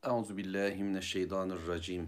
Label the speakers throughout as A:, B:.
A: Euzubillahimineşşeytanirracim.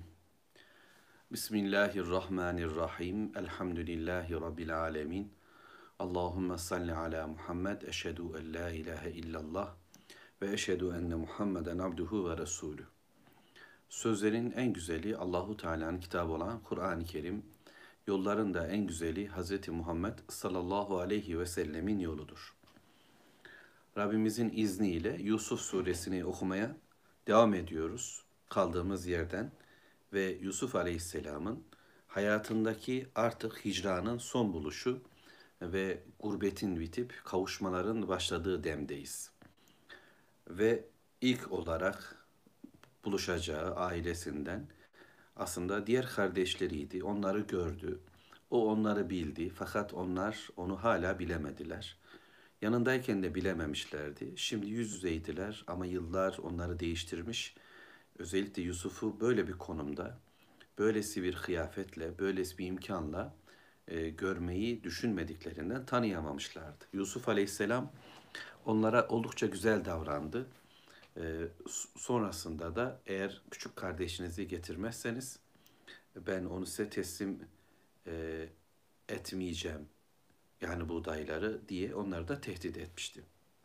A: Bismillahirrahmanirrahim. Elhamdülillahi Rabbil alemin. Allahümme salli ala Muhammed. Eşhedü en la ilahe illallah ve eşhedü enne Muhammeden abduhu ve resulü. Sözlerin en güzeli Allahu Teala'nın kitabı olan Kur'an-ı Kerim. Yolların da en güzeli Hz. Muhammed sallallahu aleyhi ve sellemin yoludur. Rabbimizin izniyle Yusuf suresini okumaya devam ediyoruz kaldığımız yerden ve Yusuf Aleyhisselam'ın hayatındaki artık hicranın son buluşu ve gurbetin bitip kavuşmaların başladığı demdeyiz. Ve ilk olarak buluşacağı ailesinden aslında diğer kardeşleriydi. Onları gördü. O onları bildi fakat onlar onu hala bilemediler. Yanındayken de bilememişlerdi. Şimdi yüz yüzeydiler ama yıllar onları değiştirmiş. Özellikle Yusuf'u böyle bir konumda, böylesi bir kıyafetle, böylesi bir imkanla görmeyi düşünmediklerinden tanıyamamışlardı. Yusuf Aleyhisselam onlara oldukça güzel davrandı. Sonrasında da eğer küçük kardeşinizi getirmezseniz ben onu size teslim e, etmeyeceğim. Yani buğdayları diye onları da tehdit etmişti.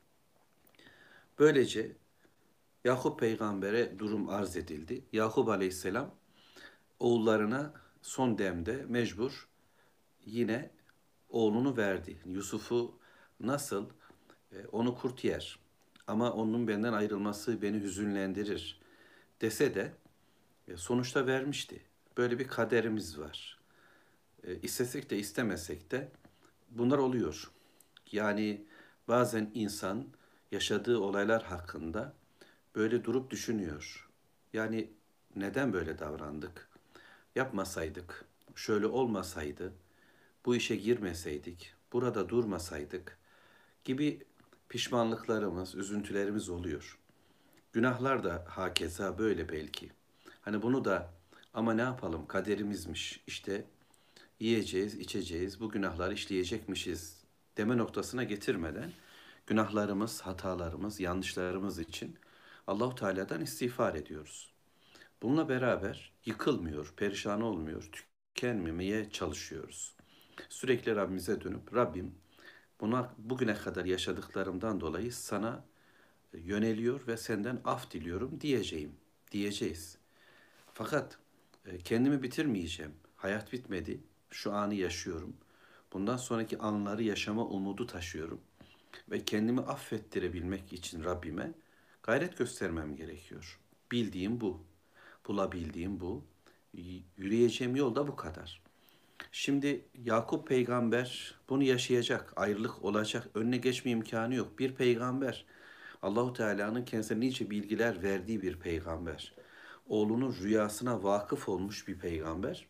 A: Böylece Yakup peygambere durum arz edildi. Yakup aleyhisselam oğullarına son demde mecbur yine oğlunu verdi. Yusuf'u nasıl onu kurt yer ama onun benden ayrılması beni hüzünlendirir dese de sonuçta vermişti. Böyle bir kaderimiz var. İstesek de istemesek de bunlar oluyor. Yani bazen insan yaşadığı olaylar hakkında böyle durup düşünüyor. Yani neden böyle davrandık? Yapmasaydık, şöyle olmasaydı, bu işe girmeseydik, burada durmasaydık gibi pişmanlıklarımız, üzüntülerimiz oluyor. Günahlar da hakeza böyle belki. Hani bunu da ama ne yapalım kaderimizmiş işte yiyeceğiz, içeceğiz, bu günahları işleyecekmişiz deme noktasına getirmeden günahlarımız, hatalarımız, yanlışlarımız için Allahu Teala'dan istiğfar ediyoruz. Bununla beraber yıkılmıyor, perişan olmuyor, tükenmemeye çalışıyoruz. Sürekli Rabbimize dönüp Rabbim bugüne kadar yaşadıklarımdan dolayı sana yöneliyor ve senden af diliyorum diyeceğiz. Fakat kendimi bitirmeyeceğim. Hayat bitmedi. Şu anı yaşıyorum. Bundan sonraki anları yaşama umudu taşıyorum. Ve kendimi affettirebilmek için Rabbime gayret göstermem gerekiyor. Bildiğim bu. Bulabildiğim bu. Yürüyeceğim yol da bu kadar. Şimdi Yakup peygamber bunu yaşayacak. Ayrılık olacak. Önüne geçme imkanı yok. Bir peygamber. Allahu Teala'nın kendisine nice bilgiler verdiği bir peygamber. Oğlunun rüyasına vakıf olmuş bir peygamber.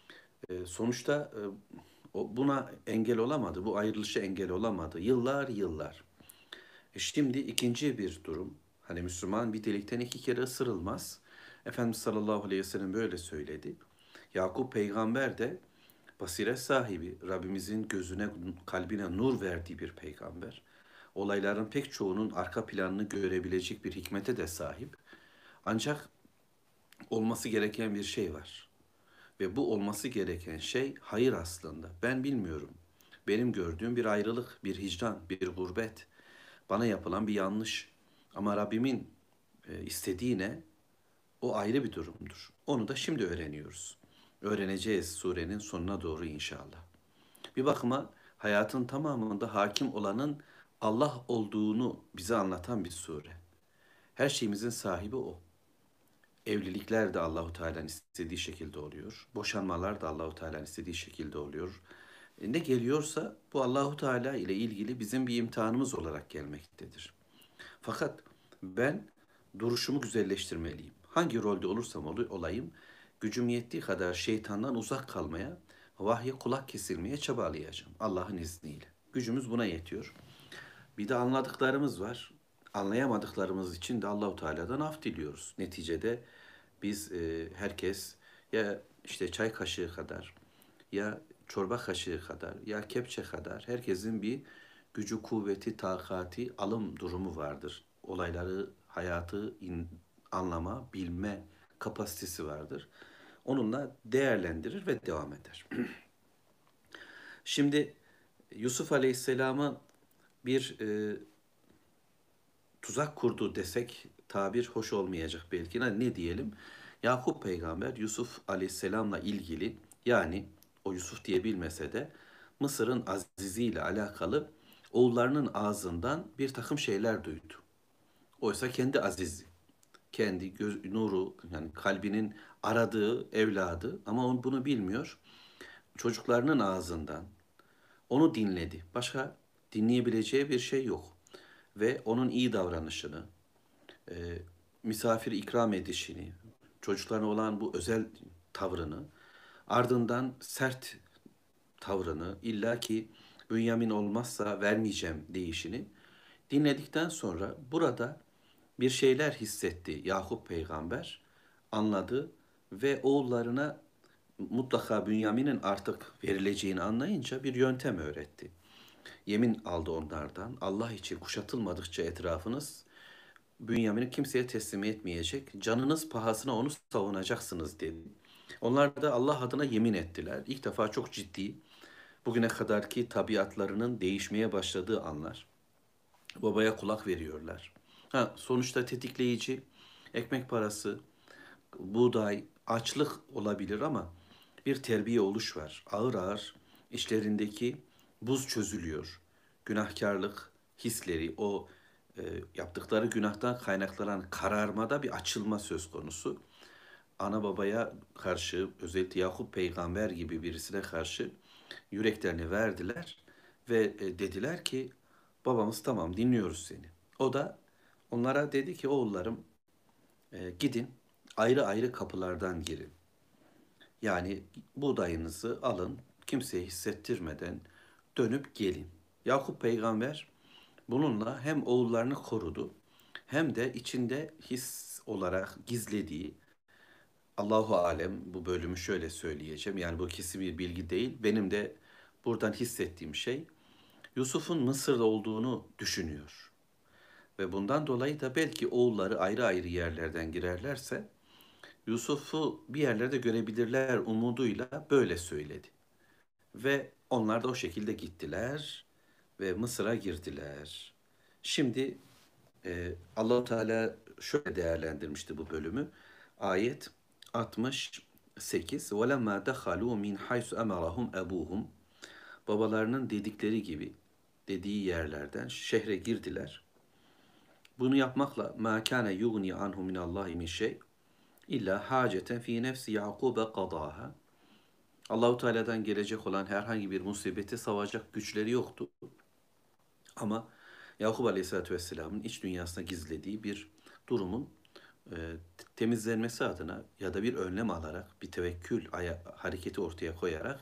A: Sonuçta buna engel olamadı. Bu ayrılışa engel olamadı. Yıllar yıllar. Şimdi ikinci bir durum. Hani Müslüman bir delikten iki kere ısırılmaz. Efendimiz sallallahu aleyhi ve sellem böyle söyledi. Yakup peygamber de basiret sahibi, Rabbimizin gözüne, kalbine nur verdiği bir peygamber. Olayların pek çoğunun arka planını görebilecek bir hikmete de sahip. Ancak olması gereken bir şey var. Ve bu olması gereken şey hayır aslında. Ben bilmiyorum. Benim gördüğüm bir ayrılık, bir hicran, bir gurbet. Bana yapılan bir yanlış. Ama Rabbimin istediği ne? O ayrı bir durumdur. Onu da şimdi öğreniyoruz. Öğreneceğiz surenin sonuna doğru inşallah. Bir bakıma hayatın tamamında hakim olanın Allah olduğunu bize anlatan bir sure. Her şeyimizin sahibi o. Evlilikler de Allahu Teala'nın istediği şekilde oluyor. Boşanmalar da Allahu Teala'nın istediği şekilde oluyor. Ne geliyorsa bu Allahu Teala ile ilgili bizim bir imtihanımız olarak gelmektedir. Fakat ben duruşumu güzelleştirmeliyim. Hangi rolde olursam olayım, gücüm yettiği kadar şeytandan uzak kalmaya, vahye kulak kesilmeye çabalayacağım Allah'ın izniyle. Gücümüz buna yetiyor. Bir de anladıklarımız var. Anlayamadıklarımız için de Allahu Teala'dan af diliyoruz. Neticede biz herkes ya işte çay kaşığı kadar ya çorba kaşığı kadar ya kepçe kadar herkesin bir gücü, kuvveti, takati, alım durumu vardır. Olayları, hayatı anlama, bilme kapasitesi vardır. Onunla değerlendirir ve devam eder. Şimdi Yusuf Aleyhisselam'ın bir tuzak kurdu desek tabir hoş olmayacak belki. Ne diyelim? Yakup peygamber Yusuf Aleyhisselam'la ilgili, yani o Yusuf diye bilmese de Mısır'ın aziziyle alakalı oğullarının ağzından bir takım şeyler duydu. Oysa kendi azizi, kendi göz nuru, yani kalbinin aradığı evladı, ama bunu bilmiyor. Çocuklarının ağzından onu dinledi. Başka dinleyebileceği bir şey yok. Ve onun iyi davranışını, e, misafir ikram edişini, çocuklarına olan bu özel tavrını, ardından sert tavrını, illaki Bünyamin olmazsa vermeyeceğim deyişini dinledikten sonra burada bir şeyler hissetti Yakup peygamber, anladı ve oğullarına mutlaka Bünyamin'in artık verileceğini anlayınca bir yöntem öğretti. Yemin aldı onlardan. Allah için kuşatılmadıkça etrafınız Bünyamin'i kimseye teslim etmeyecek. Canınız pahasına onu savunacaksınız dedi. Onlar da Allah adına yemin ettiler. İlk defa çok ciddi, bugüne kadarki tabiatlarının değişmeye başladığı anlar. Babaya kulak veriyorlar. Sonuçta tetikleyici ekmek parası, buğday, açlık olabilir ama bir terbiye oluş var. Ağır ağır işlerindeki buz çözülüyor. Günahkarlık hisleri, o yaptıkları günahtan kaynaklanan kararmada bir açılma söz konusu. Ana babaya karşı, özellikle Yakup peygamber gibi birisine karşı yüreklerini verdiler ve dediler ki babamız tamam, dinliyoruz seni. O da onlara dedi ki oğullarım, gidin ayrı ayrı kapılardan girin. Yani buğdayınızı alın, kimseye hissettirmeden dönüp gelin. Yakup peygamber bununla hem oğullarını korudu, hem de içinde his olarak gizlediği, Allahu alem, bu bölümü şöyle söyleyeceğim. Yani bu kesin bir bilgi değil. Benim de buradan hissettiğim şey, Yusuf'un Mısır'da olduğunu düşünüyor. Ve bundan dolayı da belki oğulları ayrı ayrı yerlerden girerlerse Yusuf'u bir yerlerde görebilirler umuduyla böyle söyledi. Ve onlar da o şekilde gittiler ve Mısır'a girdiler. Şimdi Allah-u Teala şöyle değerlendirmişti bu bölümü. Ayet 68. وَلَمَّا دَخَلُوا مِنْ حَيْسُ أَمَرَهُمْ أَبُوهُمْ Babalarının dedikleri gibi, dediği yerlerden şehre girdiler. Bunu yapmakla مَا كَانَ يُغْنِي عَنْهُ مِنَ اللّٰهِ مِنْ شَيْءٍ İlla haceten fi nefsi Yakub'e kadaha. Allahu Teala'dan gelecek olan herhangi bir musibeti savacak güçleri yoktu. Ama Yakup Aleyhisselatü Vesselam'ın iç dünyasına gizlediği bir durumun e, temizlenmesi adına ya da bir önlem alarak, bir tevekkül hareketi ortaya koyarak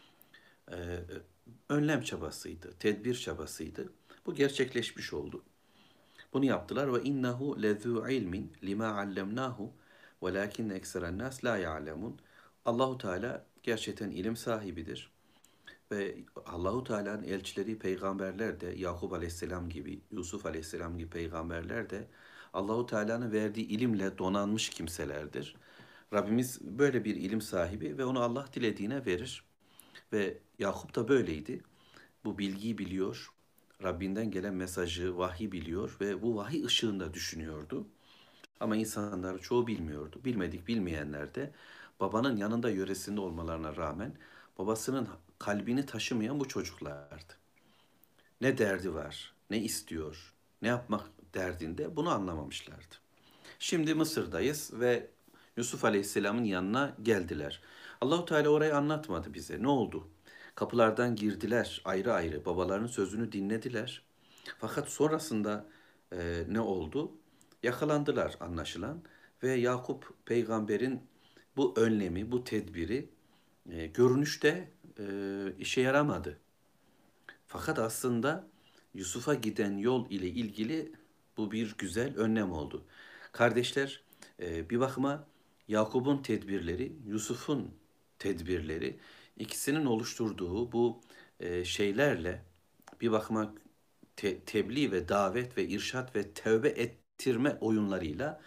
A: e, önlem çabasıydı, tedbir çabasıydı. Bu gerçekleşmiş oldu. Bunu yaptılar ve innehu lezu ilmin lima allemnahu velakinne ekseren nas la ya'lemun. Allahu Teala gerçekten ilim sahibidir ve Allahu Teala'nın elçileri, peygamberler de Yakup Aleyhisselam gibi, Yusuf Aleyhisselam gibi peygamberler de Allahu Teala'nın verdiği ilimle donanmış kimselerdir. Rabbimiz böyle bir ilim sahibi ve onu Allah dilediğine verir. Ve Yakup da böyleydi. Bu bilgiyi biliyor, Rabbinden gelen mesajı, vahiy biliyor ve bu vahiy ışığında düşünüyordu. Ama insanlar çoğu bilmiyordu. Bilmeyenler de babanın yanında, yöresinde olmalarına rağmen babasının kalbini taşımayan bu çocuklardı. Ne derdi var, ne istiyor, ne yapmak derdinde, bunu anlamamışlardı. Şimdi Mısır'dayız ve Yusuf Aleyhisselam'ın yanına geldiler. Allahu Teala orayı anlatmadı bize. Ne oldu? Kapılardan girdiler ayrı ayrı. Babalarının sözünü dinlediler. Fakat sonrasında ne oldu? Yakalandılar anlaşılan ve Yakup peygamberin bu önlemi, bu tedbiri görünüşte işe yaramadı. Fakat aslında Yusuf'a giden yol ile ilgili bu bir güzel önlem oldu. Kardeşler, bir bakıma Yakup'un tedbirleri, Yusuf'un tedbirleri, ikisinin oluşturduğu bu şeylerle bir bakıma tebliğ ve davet ve irşat ve tevbe ettirme oyunlarıyla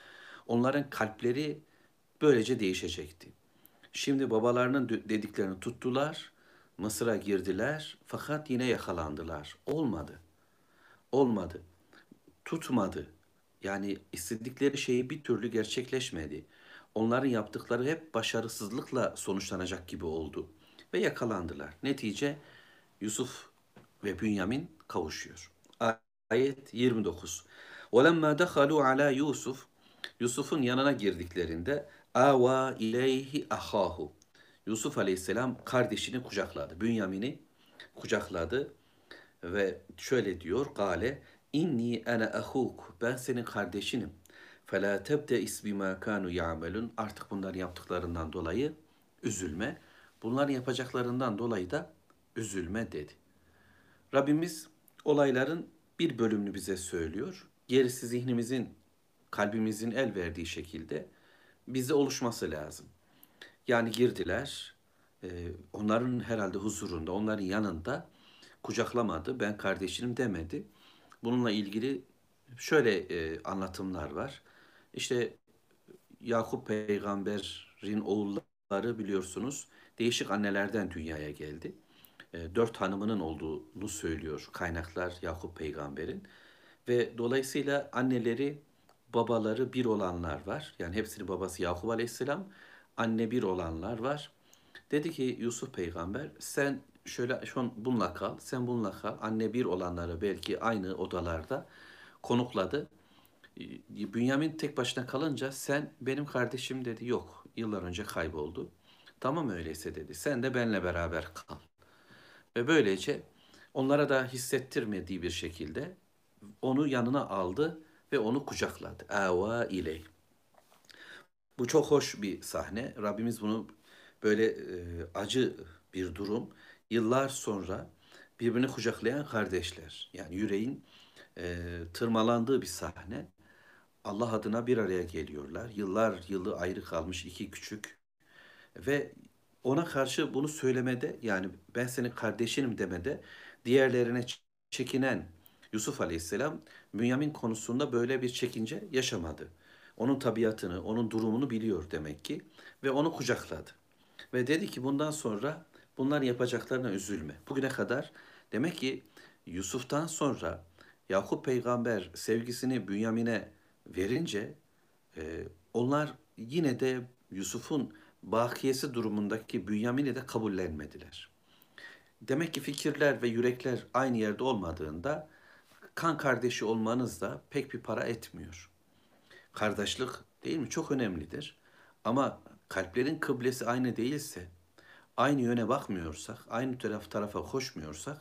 A: Onların kalpleri böylece değişecekti. Şimdi babalarının dediklerini tuttular, Mısır'a girdiler fakat yine yakalandılar. Olmadı, olmadı, tutmadı. Yani istedikleri şeyi bir türlü gerçekleşmedi. Onların yaptıkları hep başarısızlıkla sonuçlanacak gibi oldu ve yakalandılar. Netice Yusuf ve Bünyamin kavuşuyor. Ayet 29. وَلَمَّا دَخَلُوا عَلَى Yusuf Yusuf'un yanına girdiklerinde ava ileyhi ahahu. Yusuf Aleyhisselam kardeşini kucakladı. Bünyamin'i kucakladı ve şöyle diyor: Gale inni ana ahuk. Ben senin kardeşinim. Fela tebde isbima kanu ya'melun. Artık bunların yaptıklarından dolayı üzülme. Bunların yapacaklarından dolayı da üzülme dedi. Rabbimiz olayların bir bölümünü bize söylüyor. Gerisi zihnimizin, kalbimizin el verdiği şekilde bize oluşması lazım. Yani girdiler, onların herhalde huzurunda, onların yanında kucaklamadı, ben kardeşinim demedi. Bununla ilgili şöyle anlatımlar var. İşte Yakup peygamberin oğulları biliyorsunuz değişik annelerden dünyaya geldi. Dört hanımının olduğunu söylüyor kaynaklar Yakup peygamberin. Ve dolayısıyla anneleri, babaları bir olanlar var. Yani hepsinin babası Yakup aleyhisselam, anne bir olanlar var. Dedi ki Yusuf peygamber sen şöyle bununla kal, sen bununla kal. Anne bir olanları belki aynı odalarda konukladı. Bünyamin tek başına kalınca sen benim kardeşim dedi. Yok, yıllar önce kayboldu. Tamam öyleyse dedi. Sen de benle beraber kal. Ve böylece onlara da hissettirmediği bir şekilde onu yanına aldı ve onu kucakladı. Ava iley. Bu çok hoş bir sahne. Rabbimiz bunu böyle acı bir durum. Yıllar sonra birbirini kucaklayan kardeşler. Yani yüreğin tırmalandığı bir sahne. Allah adına bir araya geliyorlar. Yıllar yılı ayrı kalmış iki küçük. Ve ona karşı bunu söylemede yani ben senin kardeşinim demede diğerlerine çekinen Yusuf Aleyhisselam Bünyamin konusunda böyle bir çekince yaşamadı. Onun tabiatını, onun durumunu biliyor demek ki ve onu kucakladı. Ve dedi ki bundan sonra bunlar yapacaklarına üzülme. Bugüne kadar demek ki Yusuf'tan sonra Yakup peygamber sevgisini Bünyamin'e verince onlar yine de Yusuf'un bakiyesi durumundaki Bünyamin'i de kabullenmediler. Demek ki fikirler ve yürekler aynı yerde olmadığında kan kardeşi olmanız da pek bir para etmiyor. Kardeşlik değil mi? Çok önemlidir. Ama kalplerin kıblesi aynı değilse, aynı yöne bakmıyorsak, aynı tarafa koşmuyorsak,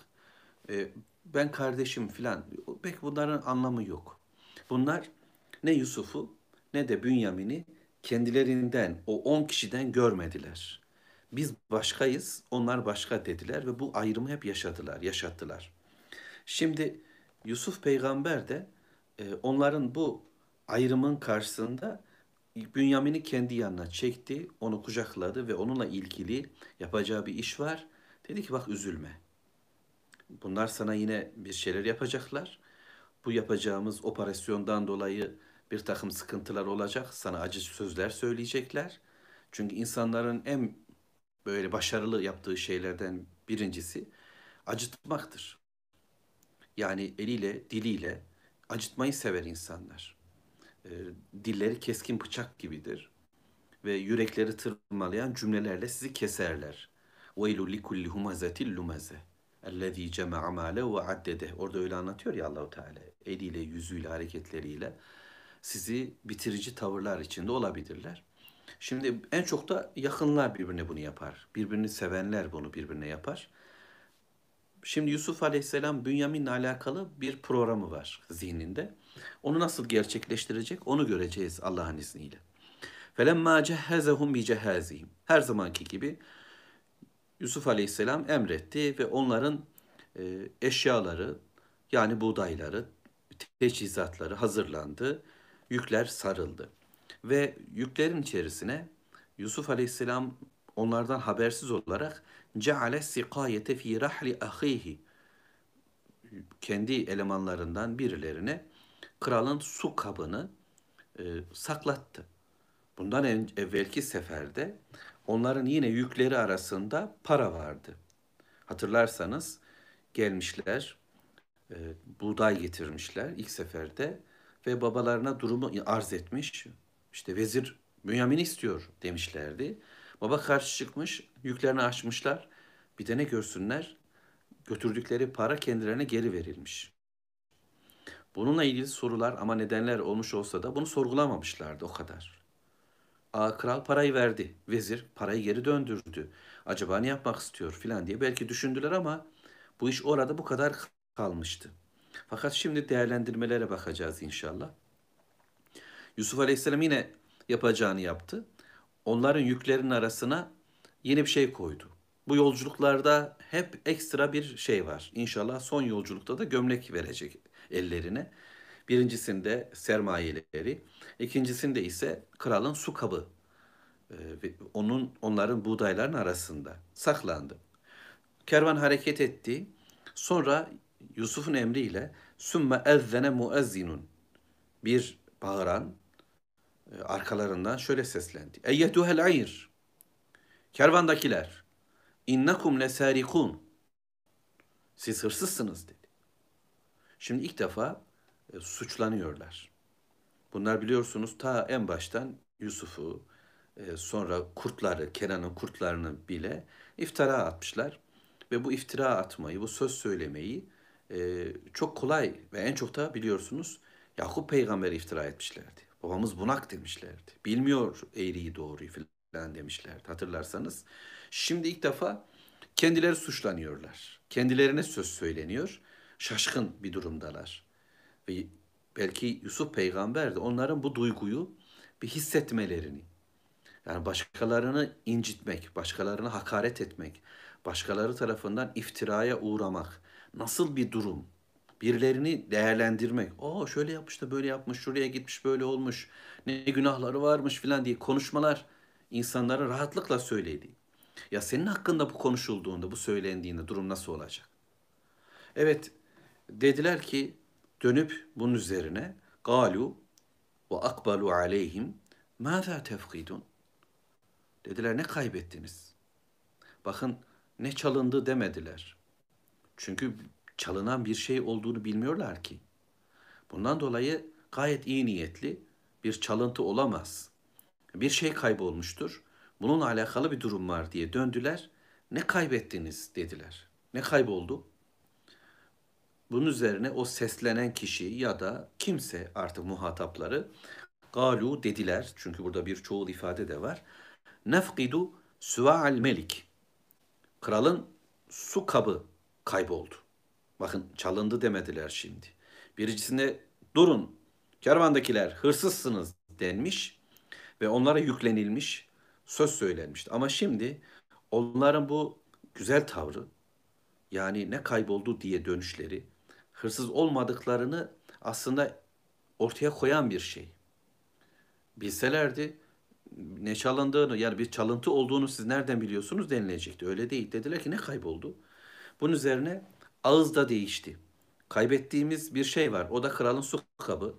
A: ben kardeşim filan, pek bunların anlamı yok. Bunlar ne Yusuf'u ne de Bünyamin'i kendilerinden, o 10 kişiden görmediler. Biz başkayız, onlar başka dediler ve bu ayrımı hep yaşattılar. Şimdi Yusuf peygamber de onların bu ayrımın karşısında Bünyamin'i kendi yanına çekti, onu kucakladı ve onunla ilgili yapacağı bir iş var. Dedi ki bak üzülme. Bunlar sana yine bir şeyler yapacaklar. Bu yapacağımız operasyondan dolayı bir takım sıkıntılar olacak. Sana acı sözler söyleyecekler. Çünkü insanların en böyle başarılı yaptığı şeylerden birincisi acıtmaktır. Yani eliyle, diliyle acıtmayı sever insanlar. E, Dilleri keskin bıçak gibidir ve yürekleri tırmalayan cümlelerle sizi keserler. وَيْلُ لِكُلِّ هُمَزَةٍ لُمَزَةٍ اَلَّذ۪ي جَمَعَ مَالَهُ وَعَدَّدَهُ. Orada öyle anlatıyor ya Allahu Teala. Eliyle, yüzüyle, hareketleriyle sizi bitirici tavırlar içinde olabilirler. Şimdi en çok da yakınlar birbirine bunu yapar. Birbirini sevenler bunu birbirine yapar. Şimdi Yusuf Aleyhisselam Bünyamin'le alakalı bir programı var zihninde. Onu nasıl gerçekleştirecek onu göreceğiz Allah'ın izniyle. فَلَمَّا جَهَّزَهُمْ بِجَهَازِهِمْ. Her zamanki gibi Yusuf Aleyhisselam emretti ve onların eşyaları yani buğdayları, teçhizatları hazırlandı. Yükler sarıldı. Ve yüklerin içerisine Yusuf Aleyhisselam onlardan habersiz olarak ceale sikayete fi rahli ahihi kendi elemanlarından birilerine kralın su kabını saklattı. Bundan evvelki seferde onların yine yükleri arasında para vardı. Hatırlarsanız gelmişler, e, buğday getirmişler ilk seferde ve babalarına durumu arz etmiş. İşte vezir Bünyamin'i istiyor demişlerdi. Baba karşı çıkmış, yüklerini açmışlar. Bir de ne görsünler? Götürdükleri para kendilerine geri verilmiş. Bununla ilgili sorular ama nedenler olmuş olsa da bunu sorgulamamışlardı o kadar. Kral parayı verdi. Vezir parayı geri döndürdü. Acaba ne yapmak istiyor filan diye belki düşündüler ama bu iş orada bu kadar kalmıştı. Fakat şimdi değerlendirmelere bakacağız inşallah. Yusuf Aleyhisselam yine yapacağını yaptı. Onların yüklerinin arasına yeni bir şey koydu. Bu yolculuklarda hep ekstra bir şey var. İnşallah son yolculukta da gömlek verecek ellerine. Birincisinde sermayeleri, ikincisinde ise kralın su kabı onların buğdayların arasında saklandı. Kervan hareket etti. Sonra Yusuf'un emriyle sümme ezzene muezzinun bir bağıran arkalarından şöyle seslendi. Eyyetühel ayr kervandakiler innekum lesarikun siz hırsızsınız dedi. Şimdi ilk defa suçlanıyorlar. Bunlar biliyorsunuz ta en baştan Yusuf'u sonra kurtları, Kenan'ın kurtlarını bile iftira atmışlar. Ve bu iftira atmayı, bu söz söylemeyi çok kolay ve en çok da biliyorsunuz Yakup Peygamber'e iftira etmişlerdi. Babamız bunak demişlerdi. Bilmiyor eğriyi doğruyu falan demişlerdi hatırlarsanız. Şimdi ilk defa kendileri suçlanıyorlar. Kendilerine söz söyleniyor. Şaşkın bir durumdalar. Ve belki Yusuf Peygamber de onların bu duyguyu bir hissetmelerini, yani başkalarını incitmek, başkalarını hakaret etmek, başkaları tarafından iftiraya uğramak nasıl bir durum? Birilerini değerlendirmek. O şöyle yapmış da böyle yapmış, şuraya gitmiş böyle olmuş, ne günahları varmış filan diye konuşmalar insanların rahatlıkla söylediği. Ya senin hakkında bu konuşulduğunda, bu söylendiğinde durum nasıl olacak? Evet, dediler ki dönüp bunun üzerine galu ve akbalu aleyhim mâzâ tefkidun. Dediler ne kaybettiniz? Bakın ne çalındı demediler. Çünkü çalınan bir şey olduğunu bilmiyorlar ki. Bundan dolayı gayet iyi niyetli bir çalıntı olamaz. Bir şey kaybolmuştur. Bununla alakalı bir durum var diye döndüler. Ne kaybettiniz dediler. Ne kayboldu? Bunun üzerine o seslenen kişi ya da kimse artık muhatapları galu dediler. Çünkü burada bir çoğul ifade de var. Nefkidu süva'al melik. Kralın su kabı kayboldu. Bakın çalındı demediler şimdi. Birincisinde durun kervandakiler hırsızsınız denmiş ve onlara yüklenilmiş söz söylenmişti. Ama şimdi onların bu güzel tavrı yani ne kayboldu diye dönüşleri hırsız olmadıklarını aslında ortaya koyan bir şey. Bilselerdi ne çalındığını yani bir çalıntı olduğunu siz nereden biliyorsunuz denilecekti. Öyle değil. Dediler ki ne kayboldu? Bunun üzerine ağız da değişti. Kaybettiğimiz bir şey var. O da kralın su kabı.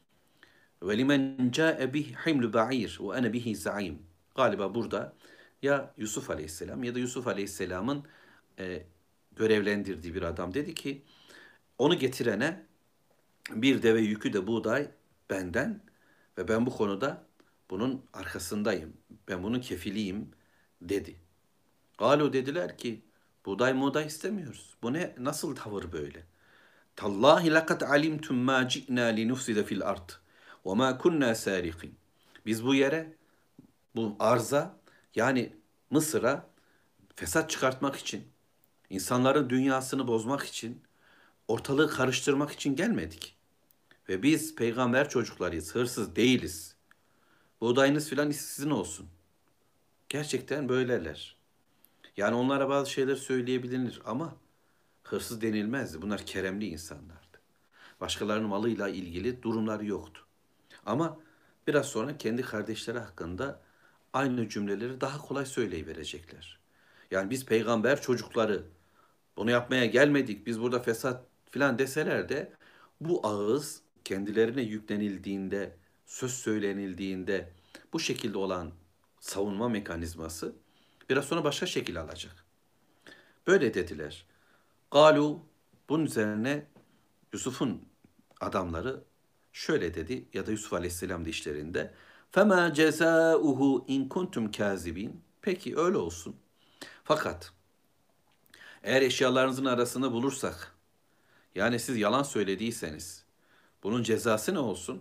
A: Ve limen ca'e bih himlu ba'ir ve ene bihi zaim. Galiba burada ya Yusuf Aleyhisselam ya da Yusuf Aleyhisselam'ın e, görevlendirdiği bir adam dedi ki onu getirene bir deve yükü de buğday benden ve ben bu konuda bunun arkasındayım. Ben bunun kefiliyim dedi. Galu dediler ki buğday muğday istemiyoruz. Bu ne nasıl tavır böyle? Tallahi lekad alimtum ma ci'na linufside fil ard ve ma kunna sariqin. Biz bu yere, bu arza yani Mısır'a fesat çıkartmak için, insanların dünyasını bozmak için, ortalığı karıştırmak için gelmedik. Ve biz peygamber çocuklarıyız, hırsız değiliz. Buğdayınız filan sizin olsun. Gerçekten böyleler. Yani onlara bazı şeyler söyleyebilir ama hırsız denilmezdi. Bunlar keremli insanlardı. Başkalarının malıyla ilgili durumları yoktu. Ama biraz sonra kendi kardeşleri hakkında aynı cümleleri daha kolay söyleyiverecekler. Yani biz peygamber çocukları bunu yapmaya gelmedik. Biz burada fesat filan deseler de bu ağız kendilerine yüklenildiğinde söz söylenildiğinde bu şekilde olan savunma mekanizması biraz sonra başka şekil alacak. Böyle dediler. Galu, bunun üzerine Yusuf'un adamları şöyle dedi ya da Yusuf Aleyhisselam da işlerinde. Fema cezauhu in kuntum kazibin. Peki öyle olsun. Fakat eğer eşyalarınızın arasında bulursak, yani siz yalan söylediyseniz, bunun cezası ne olsun?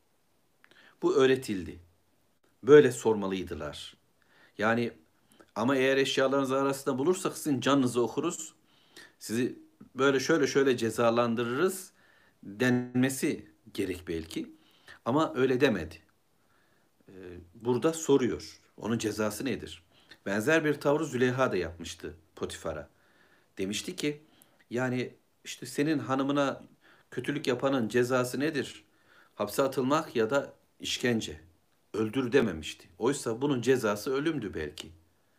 A: Bu öğretildi. Böyle sormalıydılar. Yani ama eğer eşyalarınız arasında bulursak sizin canınızı okuruz. Sizi böyle şöyle şöyle cezalandırırız denmesi gerek belki. Ama öyle demedi. Burada soruyor. Onun cezası nedir? Benzer bir tavrı Züleyha da yapmıştı Potifar'a. Demişti ki yani işte senin hanımına kötülük yapanın cezası nedir? Hapse atılmak ya da işkence. Öldür dememişti. Oysa bunun cezası ölümdü belki.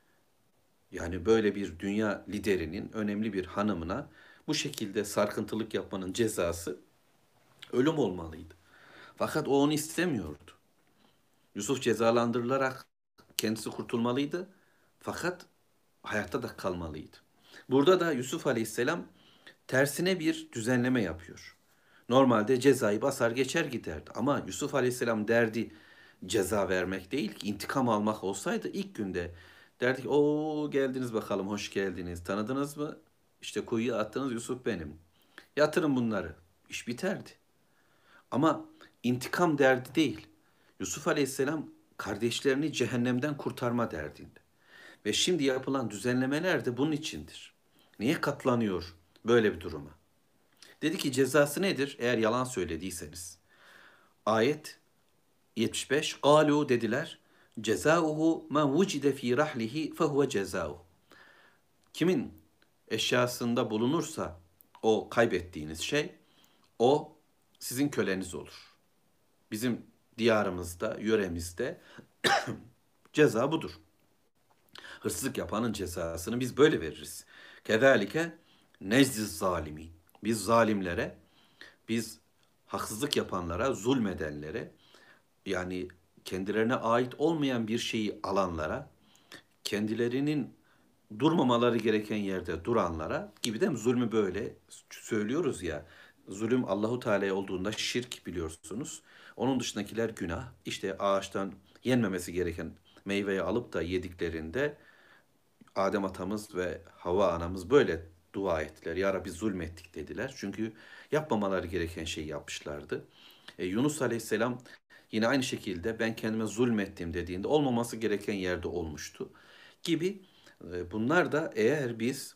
A: Yani böyle bir dünya liderinin önemli bir hanımına bu şekilde sarkıntılık yapmanın cezası ölüm olmalıydı. Fakat o onu istemiyordu. Yusuf cezalandırılarak kendisi kurtulmalıydı. Fakat hayatta da kalmalıydı. Burada da Yusuf Aleyhisselam tersine bir düzenleme yapıyor. Normalde cezayı basar geçer giderdi. Ama Yusuf Aleyhisselam derdi ceza vermek değil ki intikam almak olsaydı ilk günde derdik o geldiniz bakalım hoş geldiniz tanıdınız mı? İşte kuyuya attınız Yusuf benim. Yatırın bunları. İş biterdi. Ama intikam derdi değil. Yusuf Aleyhisselam kardeşlerini cehennemden kurtarma derdinde. Ve şimdi yapılan düzenlemeler de bunun içindir. Niye katlanıyor böyle bir duruma? Dedi ki cezası nedir eğer yalan söylediyseniz? Ayet 75. Galu dediler. Cezauhu men vucide fi rahlihi fehuve cezauhu. Kimin eşyasında bulunursa o kaybettiğiniz şey o sizin köleniz olur. Bizim diyarımızda, yöremizde ceza budur. Hırsızlık yapanın cezasını biz böyle veririz. Kezalike necziz zalimin. Biz zalimlere, biz haksızlık yapanlara, zulmedenlere, yani kendilerine ait olmayan bir şeyi alanlara, kendilerinin durmamaları gereken yerde duranlara gibi değil mi? Zulmü böyle söylüyoruz ya. Zulüm Allahu Teala'ya olduğunda şirk biliyorsunuz. Onun dışındakiler günah. İşte ağaçtan yenmemesi gereken meyveyi alıp da yediklerinde Adem atamız ve Havva anamız böyle dua ettiler. Ya Rabbi zulmettik dediler. Çünkü yapmamaları gereken şeyi yapmışlardı. Yunus Aleyhisselam yine aynı şekilde ben kendime zulmettim dediğinde olmaması gereken yerde olmuştu. Gibi bunlar da eğer biz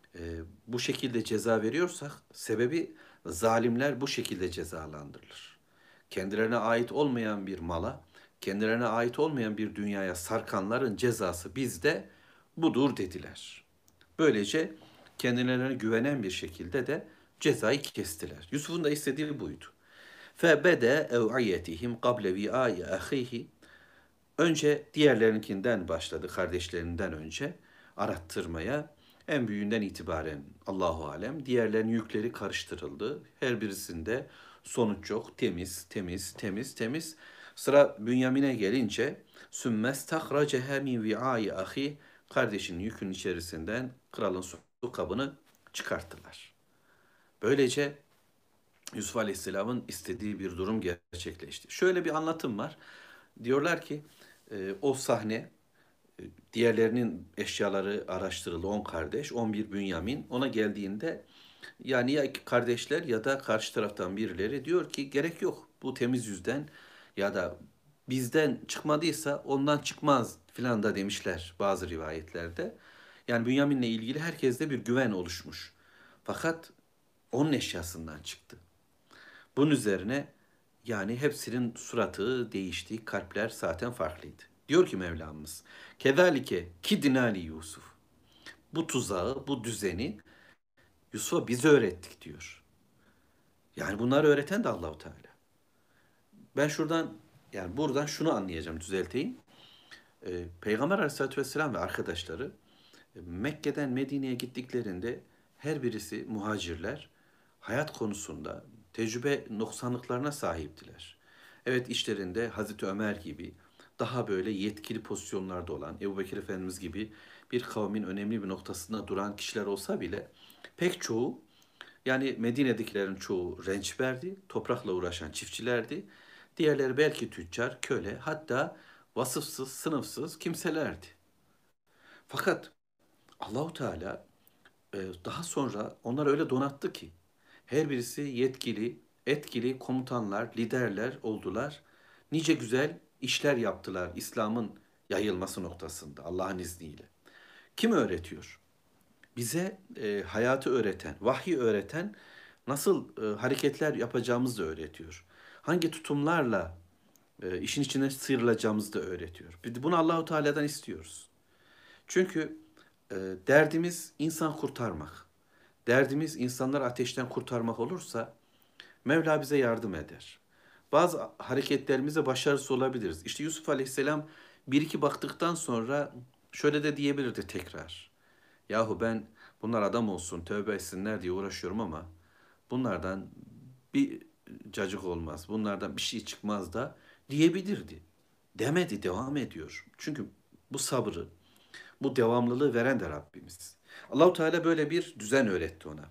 A: bu şekilde ceza veriyorsak sebebi zalimler bu şekilde cezalandırılır. Kendilerine ait olmayan bir mala, kendilerine ait olmayan bir dünyaya sarkanların cezası bizde budur dediler. Böylece kendilerine güvenen bir şekilde de cezayı kestiler. Yusuf'un da istediği buydu. فَبَدَا اَوْعِيَتِهِمْ قَبْلَ وِعَاءِ أَخِيهِ. Önce diğerlerinkinden başladı, kardeşlerinden önce arattırmaya. En büyüğünden itibaren Allahu alem diğerlerinin yükleri karıştırıldı. Her birisinde sonuç yok. Temiz, temiz, temiz, temiz. Sıra Bünyamin'e gelince sümmes tahracehe min vi'ai ahi, kardeşinin yükün içerisinden kralın su kabını çıkarttılar. Böylece Yusuf Aleyhisselam'ın istediği bir durum gerçekleşti. Şöyle bir anlatım var. Diyorlar ki o sahne diğerlerinin eşyaları araştırıldı 10 kardeş, 11 Bünyamin. Ona geldiğinde yani ya kardeşler ya da karşı taraftan birileri diyor ki gerek yok. Bu temiz yüzden ya da bizden çıkmadıysa ondan çıkmaz filan da demişler bazı rivayetlerde. Yani Bünyamin'le ilgili herkeste bir güven oluşmuş. Fakat onun eşyasından çıktı. Bunun üzerine yani hepsinin suratı değişti, kalpler zaten farklıydı. Diyor ki Mevlamız, Kezalike kidnali Yusuf. Bu tuzağı, bu düzeni Yusuf'a biz öğrettik diyor. Yani bunları öğreten de Allahu Teala. Ben şuradan yani buradan şunu anlayacağım, düzelteyim. Peygamber Aleyhisselatü Vesselam ve arkadaşları Mekke'den Medine'ye gittiklerinde her birisi muhacirler hayat konusunda tecrübe noksanlıklarına sahiptiler. Evet, işlerinde Hazreti Ömer gibi daha böyle yetkili pozisyonlarda olan Ebubekir Efendimiz gibi bir kavmin önemli bir noktasında duran kişiler olsa bile pek çoğu, yani Medine'dekilerin çoğu rençberdi, toprakla uğraşan çiftçilerdi. Diğerleri belki tüccar, köle, hatta vasıfsız, sınıfsız kimselerdi. Fakat Allahu Teala daha sonra onları öyle donattı ki her birisi yetkili, etkili komutanlar, liderler oldular. Nice güzel işler yaptılar İslam'ın yayılması noktasında Allah'ın izniyle. Kim öğretiyor? Bize hayatı öğreten, vahyi öğreten, nasıl hareketler yapacağımızı da öğretiyor. Hangi tutumlarla işin içine sıyrılacağımızı da öğretiyor. Bunu Allahu Teala'dan istiyoruz. Çünkü e, derdimiz insan kurtarmak. Derdimiz insanları ateşten kurtarmak olursa Mevla bize yardım eder. Bazı hareketlerimizde başarısız olabiliriz. İşte Yusuf Aleyhisselam bir iki baktıktan sonra şöyle de diyebilirdi tekrar. Yahu ben bunlar adam olsun, tövbe etsinler diye uğraşıyorum ama bunlardan bir cacık olmaz, bunlardan bir şey çıkmaz da diyebilirdi. Demedi, devam ediyor. Çünkü bu sabrı, bu devamlılığı veren de Rabbimiz. Allahu Teala böyle bir düzen öğretti ona.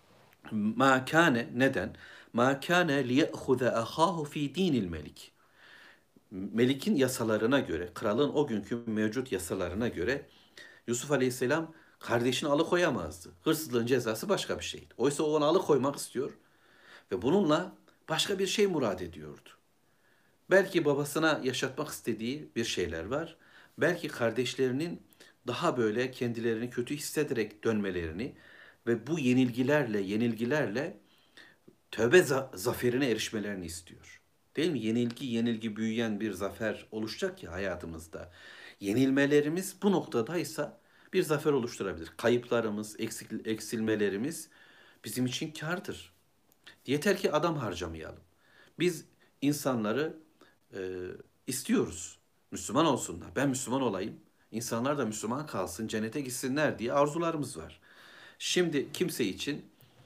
A: Ma kâne, neden? Ma kâne liye'huze ahâhu fî dinil melik. Melik'in yasalarına göre, kralın o günkü mevcut yasalarına göre Yusuf Aleyhisselam kardeşini alıkoyamazdı. Hırsızlığın cezası başka bir şeydi. Oysa o onu alıkoymak istiyor ve bununla başka bir şey murad ediyordu. Belki babasına yaşatmak istediği bir şeyler var. Belki kardeşlerinin daha böyle kendilerini kötü hissederek dönmelerini ve bu yenilgilerle tövbe zaferine erişmelerini istiyor. Değil mi? Yenilgi büyüyen bir zafer oluşacak ya hayatımızda. Yenilmelerimiz bu noktadaysa bir zafer oluşturabilir. Kayıplarımız, eksilmelerimiz bizim için kârdır. Yeter ki adam harcamayalım. Biz insanları e, istiyoruz. Müslüman olsunlar. Ben Müslüman olayım. İnsanlar da Müslüman kalsın, cennete gitsinler diye arzularımız var. Şimdi kimse için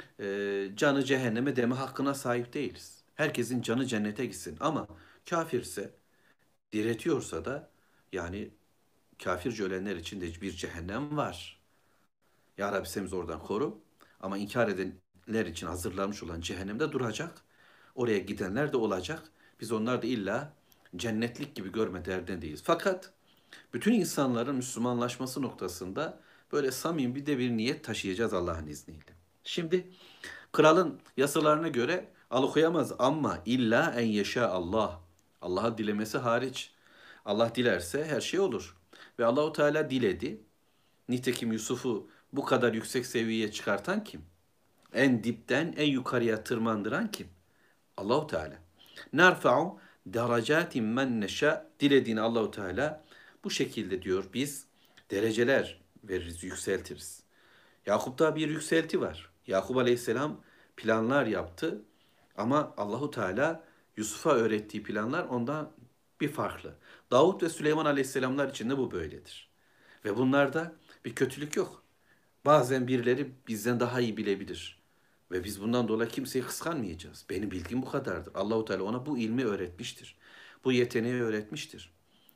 A: canı cehenneme deme hakkına sahip değiliz. Herkesin canı cennete gitsin ama kafirse, diretiyorsa da, yani kafirce ölenler için de bir cehennem var. Ya Rabbi sen bizi oradan koru. Ama inkar edenler için hazırlanmış olan cehennemde duracak. Oraya gidenler de olacak. Biz onlar da illa cennetlik gibi görme derdindeyiz. Fakat bütün insanların Müslümanlaşması noktasında böyle samimi bir niyet taşıyacağız Allah'ın izniyle. Şimdi kralın yasalarına göre alıkoyamaz ama illa en yeşâ Allah. Allah'ın dilemesi hariç. Allah dilerse her şey olur. Ve Allahu Teala diledi. Nitekim Yusuf'u bu kadar yüksek seviyeye çıkartan kim? En dipten en yukarıya tırmandıran kim? Allahu Teala. Nerfa'u derecatin men neşa. Dilediğini Allahu Teala bu şekilde diyor biz dereceler veririz, yükseltiriz. Yakup'ta bir yükselti var. Yakup Aleyhisselam planlar yaptı ama Allahu Teala Yusuf'a öğrettiği planlar ondan bir farklı. Davut ve Süleyman Aleyhisselamlar için de bu böyledir. Ve bunlarda bir kötülük yok. Bazen birileri bizden daha iyi bilebilir. Ve biz bundan dolayı kimseyi kıskanmayacağız. Benim bilgim bu kadardır. Allahu Teala ona bu ilmi öğretmiştir. Bu yeteneği öğretmiştir.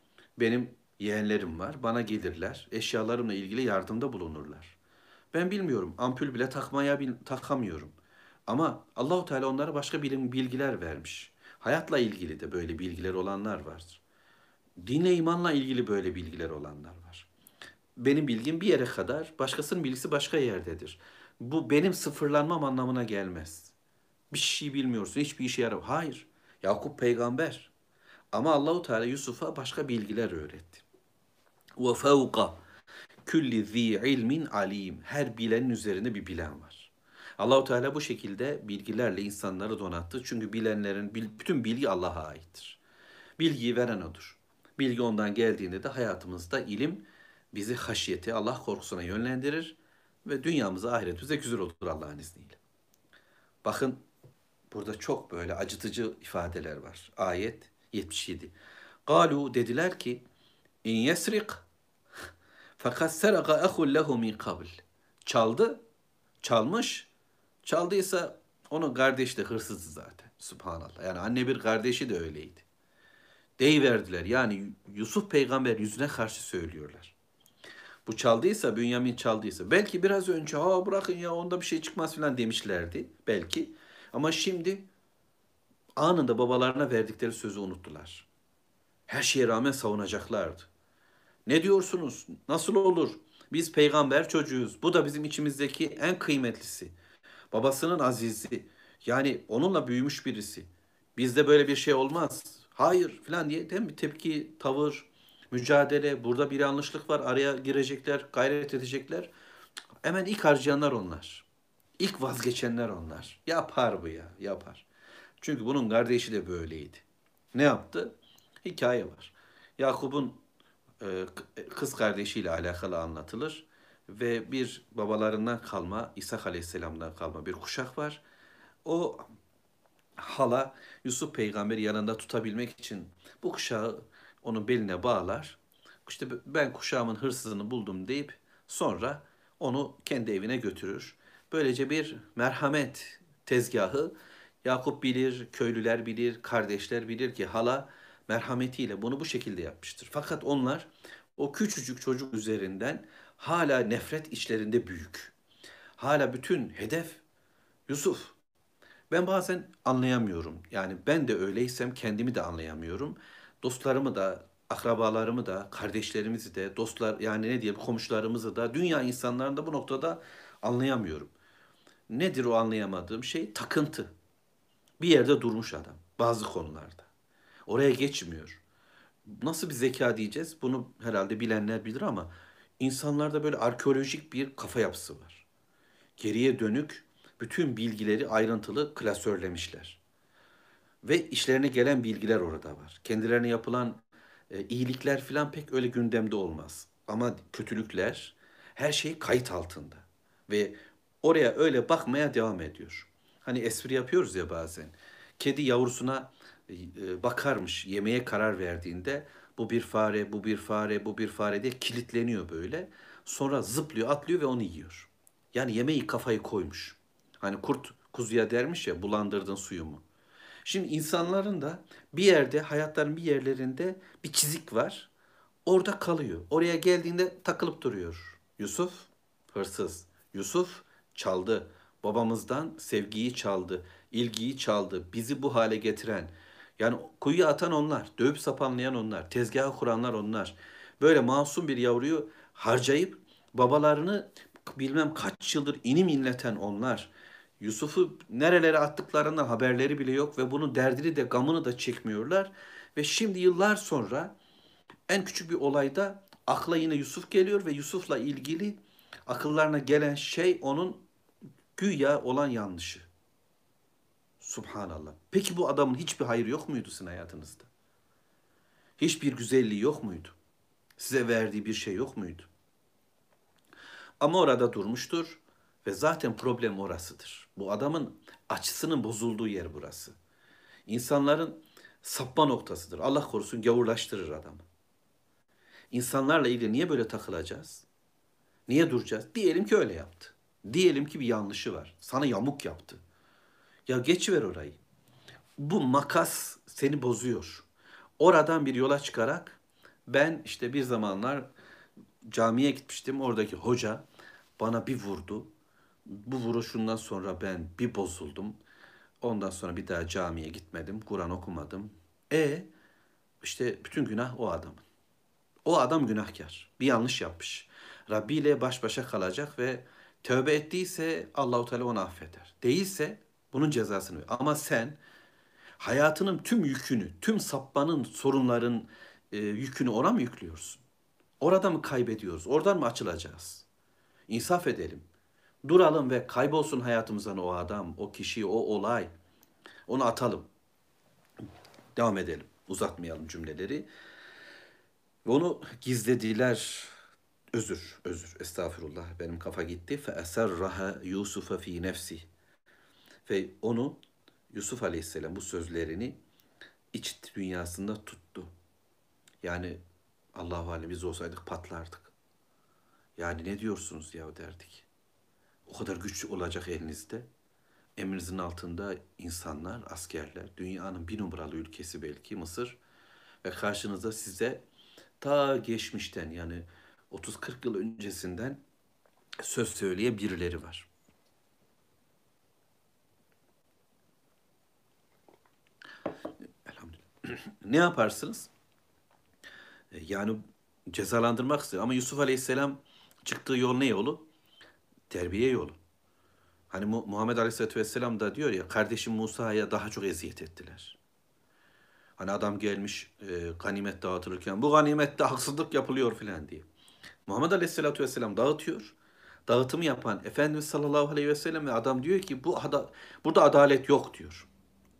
A: Benim yeğenlerim var. Bana gelirler. Eşyalarımla ilgili yardımda bulunurlar. Ben bilmiyorum. Ampul bile takamıyorum. Ama Allahu Teala onlara başka bilgiler vermiş. Hayatla ilgili de böyle bilgiler olanlar var. Dinle imanla ilgili böyle bilgiler olanlar var. Benim bilgim bir yere kadar, başkasının bilgisi başka yerdedir. Bu benim sıfırlanmam anlamına gelmez. Bir şey bilmiyorsun, hiçbir işe yaramaz. Hayır. Yakup peygamber. Ama Allahu Teala Yusuf'a başka bilgiler öğretti. Ve fevka külli zi ilmin alim. Her bilenin üzerinde bir bilen var. Allahu Teala bu şekilde bilgilerle insanları donattı. Çünkü bilenlerin bütün bilgi Allah'a aittir. Bilgiyi veren odur. Bilgi ondan geldiğinde de hayatımızda ilim bizi haşiyete, Allah korkusuna yönlendirir ve dünyamıza, ahiretimize güzel olur Allah'ın izniyle. Bakın burada çok böyle acıtıcı ifadeler var. Ayet 77. Galu, dediler ki in yesrik fakat seraka ahul lehu min kabl. Çaldı, çalmış. Çaldıysa onun kardeşi de hırsızdı zaten. Subhanallah. Yani anne bir kardeşi de öyleydi. Deyiverdiler. Yani Yusuf peygamber yüzüne karşı söylüyorlar. Bu çaldıysa, Bünyamin çaldıysa. Belki biraz önce bırakın ya onda bir şey çıkmaz falan demişlerdi. Belki. Ama şimdi anında babalarına verdikleri sözü unuttular. Her şeye rağmen savunacaklardı. Ne diyorsunuz? Nasıl olur? Biz peygamber çocuğuyuz. Bu da bizim içimizdeki en kıymetlisi. Babasının azizi. Yani onunla büyümüş birisi. Bizde böyle bir şey olmaz. Hayır falan diye değil mi? Tepki, tavır, mücadele. Burada bir yanlışlık var. Araya girecekler, gayret edecekler. Hemen ilk harcayanlar onlar. İlk vazgeçenler onlar. Yapar bu ya, yapar. Çünkü bunun kardeşi de böyleydi. Ne yaptı? Hikaye var. Yakup'un kız kardeşiyle alakalı anlatılır. Ve bir babalarından kalma, İshak Aleyhisselam'dan kalma bir kuşak var. O hala Yusuf peygamberi yanında tutabilmek için bu kuşağı onun beline bağlar. İşte ben kuşağımın hırsızını buldum deyip sonra onu kendi evine götürür. Böylece bir merhamet tezgahı Yakup bilir, köylüler bilir, kardeşler bilir ki hala merhametiyle bunu bu şekilde yapmıştır. Fakat onlar o küçücük çocuk üzerinden hala nefret içlerinde büyük. Hala bütün hedef Yusuf. Ben bazen anlayamıyorum. Yani ben de öyleysem kendimi de anlayamıyorum. Dostlarımı da, akrabalarımı da, kardeşlerimizi de, dostlar yani ne diyelim komşularımızı da, dünya insanlarını da bu noktada anlayamıyorum. Nedir o anlayamadığım şey? Takıntı. Bir yerde durmuş adam bazı konularda. Oraya geçmiyor. Nasıl bir zeka diyeceğiz? Bunu herhalde bilenler bilir ama insanlarda böyle arkeolojik bir kafa yapısı var. Geriye dönük bütün bilgileri ayrıntılı klasörlemişler. Ve işlerine gelen bilgiler orada var. Kendilerine yapılan iyilikler falan pek öyle gündemde olmaz. Ama kötülükler her şey kayıt altında. Ve oraya öyle bakmaya devam ediyor. Hani espri yapıyoruz ya bazen. Kedi yavrusuna bakarmış yemeğe karar verdiğinde bu bir fare, bu bir fare, bu bir fare diye kilitleniyor böyle. Sonra zıplıyor, atlıyor ve onu yiyor. Yani yemeği kafayı koymuş. Hani kurt kuzuya dermiş ya bulandırdın suyumu. Şimdi insanların da bir yerde, hayatların bir yerlerinde bir çizik var. Orada kalıyor. Oraya geldiğinde takılıp duruyor. Yusuf hırsız. Yusuf çaldı. Babamızdan sevgiyi çaldı, ilgiyi çaldı. Bizi bu hale getiren, yani kuyuya atan onlar, dövüp sapanlayan onlar, tezgahı kuranlar onlar. Böyle masum bir yavruyu harcayıp babalarını bilmem kaç yıldır inim inleten onlar. Yusuf'u nerelere attıklarından haberleri bile yok ve bunun derdini de gamını da çekmiyorlar. Ve şimdi yıllar sonra en küçük bir olayda akla yine Yusuf geliyor ve Yusuf'la ilgili akıllarına gelen şey onun güya olan yanlışı. Subhanallah. Peki bu adamın hiçbir hayır yok muydu sizin hayatınızda? Hiçbir güzelliği yok muydu? Size verdiği bir şey yok muydu? Ama orada durmuştur ve zaten problem orasıdır. Bu adamın açısının bozulduğu yer burası. İnsanların sapma noktasıdır. Allah korusun gavurlaştırır adamı. İnsanlarla ilgili niye böyle takılacağız? Niye duracağız? Diyelim ki öyle yaptı. Diyelim ki bir yanlışı var. Sana yamuk yaptı. Ya geçiver orayı. Bu makas seni bozuyor. Oradan bir yola çıkarak ben işte bir zamanlar camiye gitmiştim. Oradaki hoca bana bir vurdu. Bu vuruşundan sonra ben bir bozuldum. Ondan sonra bir daha camiye gitmedim. Kur'an okumadım. E işte bütün günah o adamın. O adam günahkar. Bir yanlış yapmış. Rabbi ile baş başa kalacak ve tövbe ettiyse Allahu Teala onu affeder. Değilse bunun cezasını verir. Ama sen hayatının tüm yükünü, tüm sapmanın, sorunların yükünü ona mı yüklüyorsun? Orada mı kaybediyoruz? Oradan mı açılacağız? İnsaf edelim. Duralım ve kaybolsun hayatımızdan o adam, o kişi, o olay. Onu atalım. Devam edelim. Uzatmayalım cümleleri. Onu gizlediler. Özür. Estağfurullah. Benim kafa gitti. Fe eserraha Yusuf'a fi nefsi. Ve onu Yusuf Aleyhisselam bu sözlerini iç dünyasında tuttu. Yani Allahu alem biz olsaydık patlardık. Yani ne diyorsunuz ya derdik. O kadar güçlü olacak elinizde. emrinizin altında insanlar, askerler, dünyanın bir numaralı ülkesi belki Mısır ve karşınızda size ta geçmişten yani 30-40 yıl öncesinden söz söyleyen birileri var. Elhamdülillah. Ne yaparsınız? Yani cezalandırmak istiyor. Ama Yusuf Aleyhisselam çıktığı yol ne yolu? Terbiye yolu. Hani Muhammed Aleyhisselatü Vesselam da diyor ya kardeşim Musa'ya daha çok eziyet ettiler. Hani adam gelmiş ganimet dağıtılırken bu ganimette haksızlık yapılıyor filan diye. Muhammed Aleyhisselatü Vesselam dağıtıyor. Dağıtımı yapan Efendimiz sallallahu aleyhi ve sellem ve adam diyor ki burada adalet yok diyor.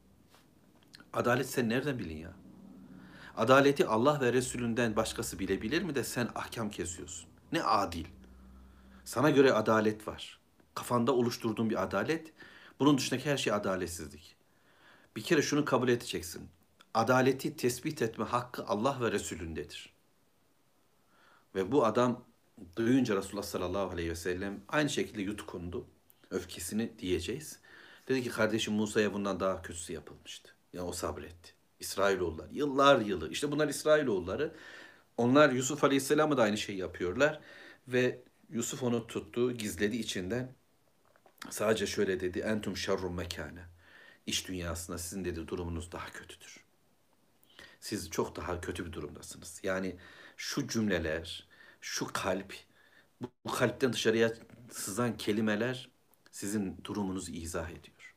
A: Adalet sen nereden bilin ya? Adaleti Allah ve Resulünden başkası bilebilir mi de sen ahkam kesiyorsun. Ne adil. Sana göre adalet var. Kafanda oluşturduğun bir adalet. Bunun dışındaki her şey adaletsizlik. Bir kere şunu kabul edeceksin. Adaleti tespit etme hakkı Allah ve Resulündedir. Ve bu adam duyunca Resulullah sallallahu aleyhi ve sellem aynı şekilde yutkundu. Öfkesini diyeceğiz. Dedi ki kardeşim Musa'ya bundan daha kötüsü yapılmıştı. Yani o sabretti. İsrailoğulları. Yıllar yılı. İşte bunlar İsrailoğulları. Onlar Yusuf Aleyhisselam'a da aynı şeyi yapıyorlar. Ve Yusuf onu tuttu, gizledi içinden. Sadece şöyle dedi. Entum şerrum mekâne. İş dünyasında sizin dedi durumunuz daha kötüdür. Siz çok daha kötü bir durumdasınız. Yani şu cümleler, şu kalp, bu kalpten dışarıya sızan kelimeler sizin durumunuzu izah ediyor.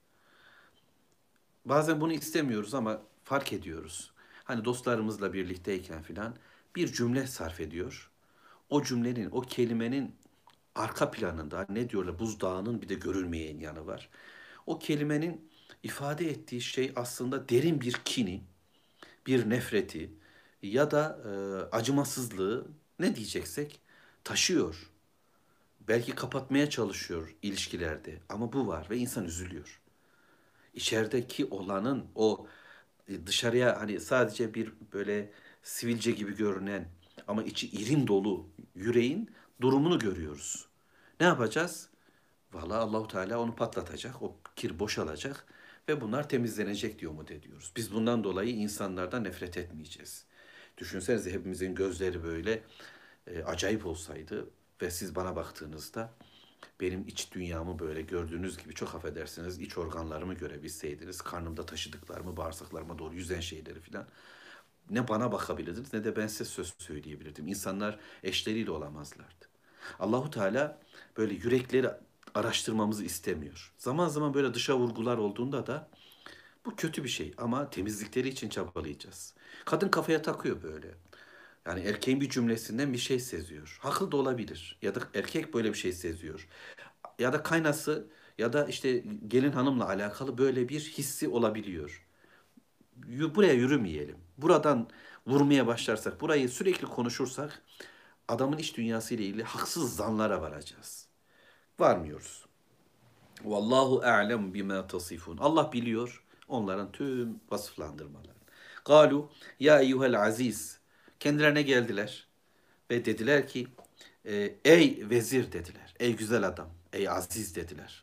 A: Bazen bunu istemiyoruz ama fark ediyoruz. Hani dostlarımızla birlikteyken filan bir cümle sarf ediyor. O cümlenin, o kelimenin arka planında ne diyorlar buzdağının bir de görülmeyen yanı var. O kelimenin ifade ettiği şey aslında derin bir kini, bir nefreti ya da acımasızlığı ne diyeceksek taşıyor. Belki kapatmaya çalışıyor ilişkilerde ama bu var ve insan üzülüyor. İçerideki olanın o dışarıya hani sadece bir böyle sivilce gibi görünen ama içi irin dolu yüreğin durumunu görüyoruz. Ne yapacağız? Vallahi Allahu Teala onu patlatacak, o kir boşalacak ve bunlar temizlenecek diye umut ediyoruz. Biz bundan dolayı insanlardan nefret etmeyeceğiz. Düşünsenize hepimizin gözleri böyle acayip olsaydı ve siz bana baktığınızda benim iç dünyamı böyle gördüğünüz gibi çok affedersiniz iç organlarımı görebilseydiniz, karnımda taşıdıklarımı, bağırsaklarıma doğru yüzen şeyleri filan ne bana bakabilirdiniz ne de ben size söz söyleyebilirdim. İnsanlar eşleriyle olamazlardı. Allahu Teala böyle yürekleri araştırmamızı istemiyor. Zaman zaman böyle dışa vurgular olduğunda da bu kötü bir şey ama temizlikleri için çabalayacağız. Kadın kafaya takıyor böyle. Yani erkeğin bir cümlesinden bir şey seziyor. Haklı da olabilir. Ya da erkek böyle bir şey seziyor. Ya da kaynası ya da işte gelin hanımla alakalı böyle bir hissi olabiliyor. Buraya yürümeyelim. Buradan vurmaya başlarsak, burayı sürekli konuşursak adamın iç dünyası ile ilgili haksız zanlara varacağız. Varmıyoruz. Vallahu a'lem bima tasifun. Allah biliyor onların tüm vasıflandırmalarını. Galu ya eyyuhel aziz. Kendilerine geldiler ve dediler ki ey vezir dediler. Ey güzel adam. Ey aziz dediler.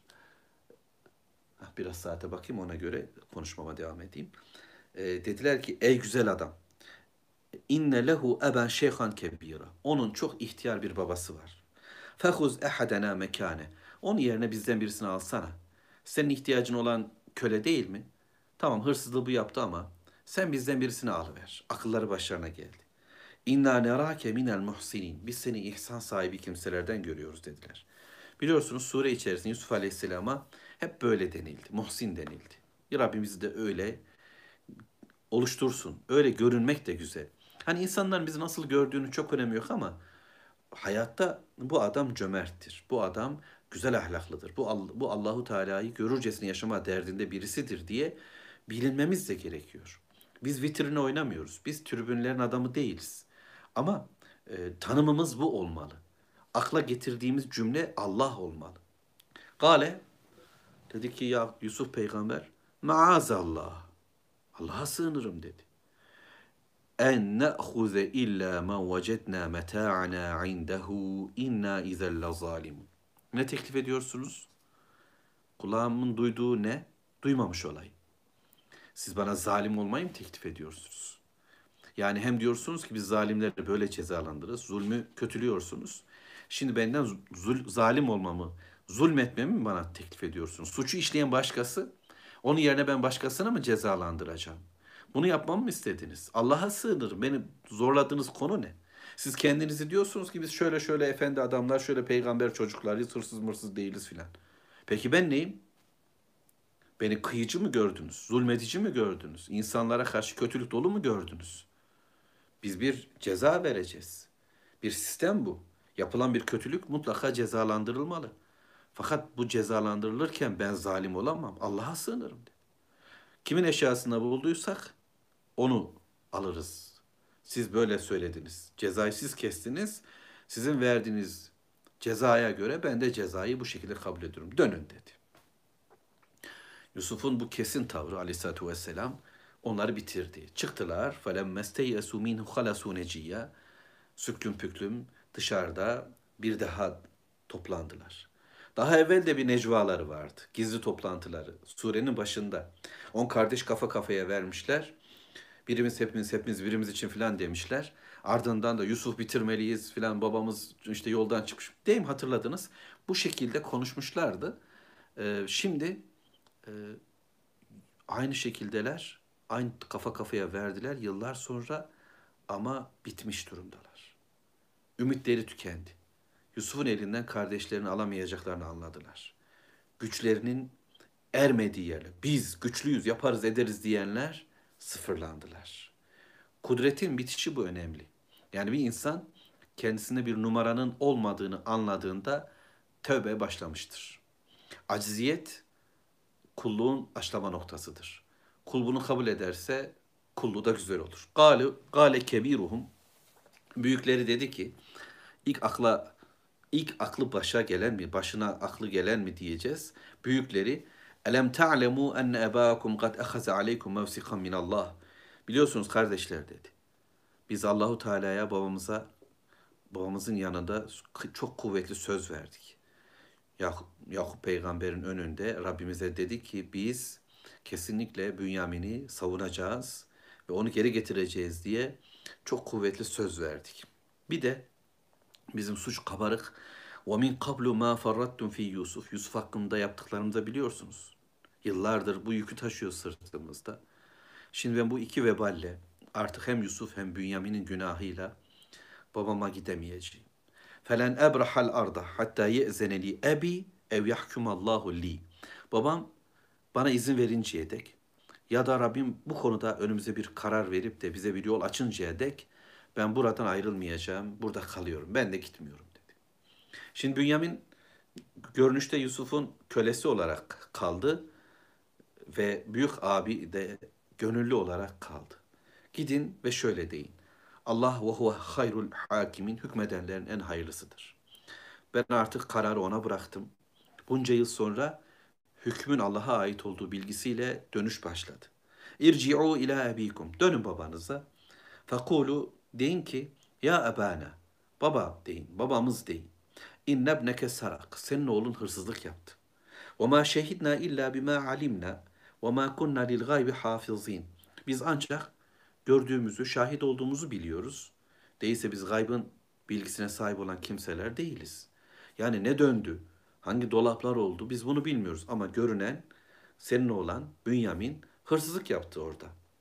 A: Biraz saate bakayım ona göre konuşmama devam edeyim. Dediler ki ey güzel adam. İnne lehu eben şeyhan kebira. Onun çok ihtiyar bir babası var. Fehuz ehadena mekane. Onun yerine bizden birisini alsana. Senin ihtiyacın olan köle değil mi? Tamam hırsızlığı bu yaptı ama sen bizden birisini alıver. Akılları başlarına geldi. İnna nerake minel muhsinin. Biz seni ihsan sahibi kimselerden görüyoruz dediler. Biliyorsunuz sure içerisinde Yusuf Aleyhisselam'a hep böyle denildi. Muhsin denildi. Rabbimiz de öyle oluştursun. Öyle görünmek de güzel. Hani insanların bizi nasıl gördüğünü çok önemi yok ama hayatta bu adam cömerttir. Bu adam güzel ahlaklıdır. Bu Allahu Teala'yı görürcesine yaşama derdinde birisidir diye bilinmemiz de gerekiyor. Biz vitrine oynamıyoruz. Biz tribünlerin adamı değiliz. Ama tanımımız bu olmalı. Akla getirdiğimiz cümle Allah olmalı. Gale dedi ki ya Yusuf peygamber maazallah. Allah'a sığınırım dedi. En ne'huze illa men vecedna meta'ana indehu inna izel zalimun. Ne teklif ediyorsunuz? Kulağımın duyduğu ne? Duymamış olayım. Siz bana zalim olmayı mı teklif ediyorsunuz? Yani hem diyorsunuz ki biz zalimleri böyle cezalandırırız. Zulmü kötülüyorsunuz. Şimdi benden zalim olmamı, zulmetmemi mi bana teklif ediyorsunuz? Suçu işleyen başkası, onun yerine ben başkasını mı cezalandıracağım? Bunu yapmamı mı istediniz? Allah'a sığınırım. Beni zorladığınız konu ne? Siz kendinizi diyorsunuz ki biz şöyle şöyle efendi adamlar, şöyle peygamber çocuklarıyız, hırsız mırsız değiliz filan. Peki ben neyim? Beni kıyıcı mı gördünüz? Zulmedici mi gördünüz? İnsanlara karşı kötülük dolu mu gördünüz? Biz bir ceza vereceğiz. Bir sistem bu. Yapılan bir kötülük mutlaka cezalandırılmalı. Fakat bu cezalandırılırken ben zalim olamam. Allah'a sığınırım. Kimin eşyasını bulduysak onu alırız. Siz böyle söylediniz. Cezayı siz kestiniz. Sizin verdiğiniz cezaya göre ben de cezayı bu şekilde kabul ediyorum. Dönün dedi. Yusuf'un bu kesin tavrı aleyhissalatü vesselam onları bitirdi. Çıktılar. فَلَمَّ اسْتَيْأَسُوا مِنْهُ خَلَصُوا نَجِيًّا Süklüm püklüm dışarıda bir daha toplandılar. Daha evvel de bir necvaları vardı. Gizli toplantıları. Surenin başında. 10 kardeş kafa kafaya vermişler. Birimiz hepimiz birimiz için filan demişler. Ardından da Yusuf bitirmeliyiz filan babamız işte yoldan çıkmış. Değil mi hatırladınız? Bu şekilde konuşmuşlardı. Şimdi e, aynı şekildeler. Aynı kafa kafaya verdiler yıllar sonra ama bitmiş durumdalar. Ümitleri tükendi. Yusuf'un elinden kardeşlerini alamayacaklarını anladılar. Güçlerinin ermediği yerler, biz güçlüyüz, yaparız, ederiz diyenler sıfırlandılar. Kudretin bitişi bu önemli. Yani bir insan kendisinde bir numaranın olmadığını anladığında tövbe başlamıştır. Acziyet kulluğun başlama noktasıdır. Kul bunu kabul ederse kulluğu da güzel olur. Gale kebiruhum büyükleri dedi ki ilk aklı başa gelen mi, başına aklı gelen mi diyeceğiz. Büyükleri elem ta'lemu enne ebakum kad ahaza aleykum mevsikan min Allah. Biliyorsunuz kardeşler dedi. Biz Allahu Teala'ya babamızın yanında çok kuvvetli söz verdik. Yakup peygamberin önünde Rabbimize dedi ki biz kesinlikle Bünyamin'i savunacağız ve onu geri getireceğiz diye çok kuvvetli söz verdik. Bir de bizim suç kabarık. وَمِنْ قَبْلُ مَا فَرَّتْتُمْ ف۪ي Yusuf. Yusuf hakkında yaptıklarımızı da biliyorsunuz. Yıllardır bu yükü taşıyor sırtımızda. Şimdi ben bu iki veballe artık hem Yusuf hem Bünyamin'in günahıyla babama gidemeyeceğim. فَلَنْ اَبْرَحَ الْاَرْضَ حَتَّى يَأْزَنَ لِي اَب۪ي اَوْ يَحْكُمَ اللّٰهُ لِي. Babam bana izin verinceye dek ya da Rabbim bu konuda önümüze bir karar verip de bize bir yol açıncaya dek ben buradan ayrılmayacağım, burada kalıyorum. Ben de gitmiyorum dedi. Şimdi Bünyamin görünüşte Yusuf'un kölesi olarak kaldı ve büyük abi de gönüllü olarak kaldı. Gidin ve şöyle deyin. Allah ve huve hayrul hakimin hükmedenlerin en hayırlısıdır. Ben artık kararı ona bıraktım. Bunca yıl sonra hükmün Allah'a ait olduğu bilgisiyle dönüş başladı. İrci'u ila abikum. Dönün babanıza. Fekulu deyin ki ya ebana. Baba deyin. Babamız deyin. İnne ibneke sarak. Senin oğlun hırsızlık yaptı. Ve ma şehidna illa bima alimna ve ma kunna lil gaybi hafizin. Biz ancak gördüğümüzü, şahit olduğumuzu biliyoruz. Değilse biz gaybın bilgisine sahip olan kimseler değiliz. Yani ne döndü, hangi dolaplar oldu biz bunu bilmiyoruz. Ama görünen senin oğlan Bünyamin hırsızlık yaptı orada.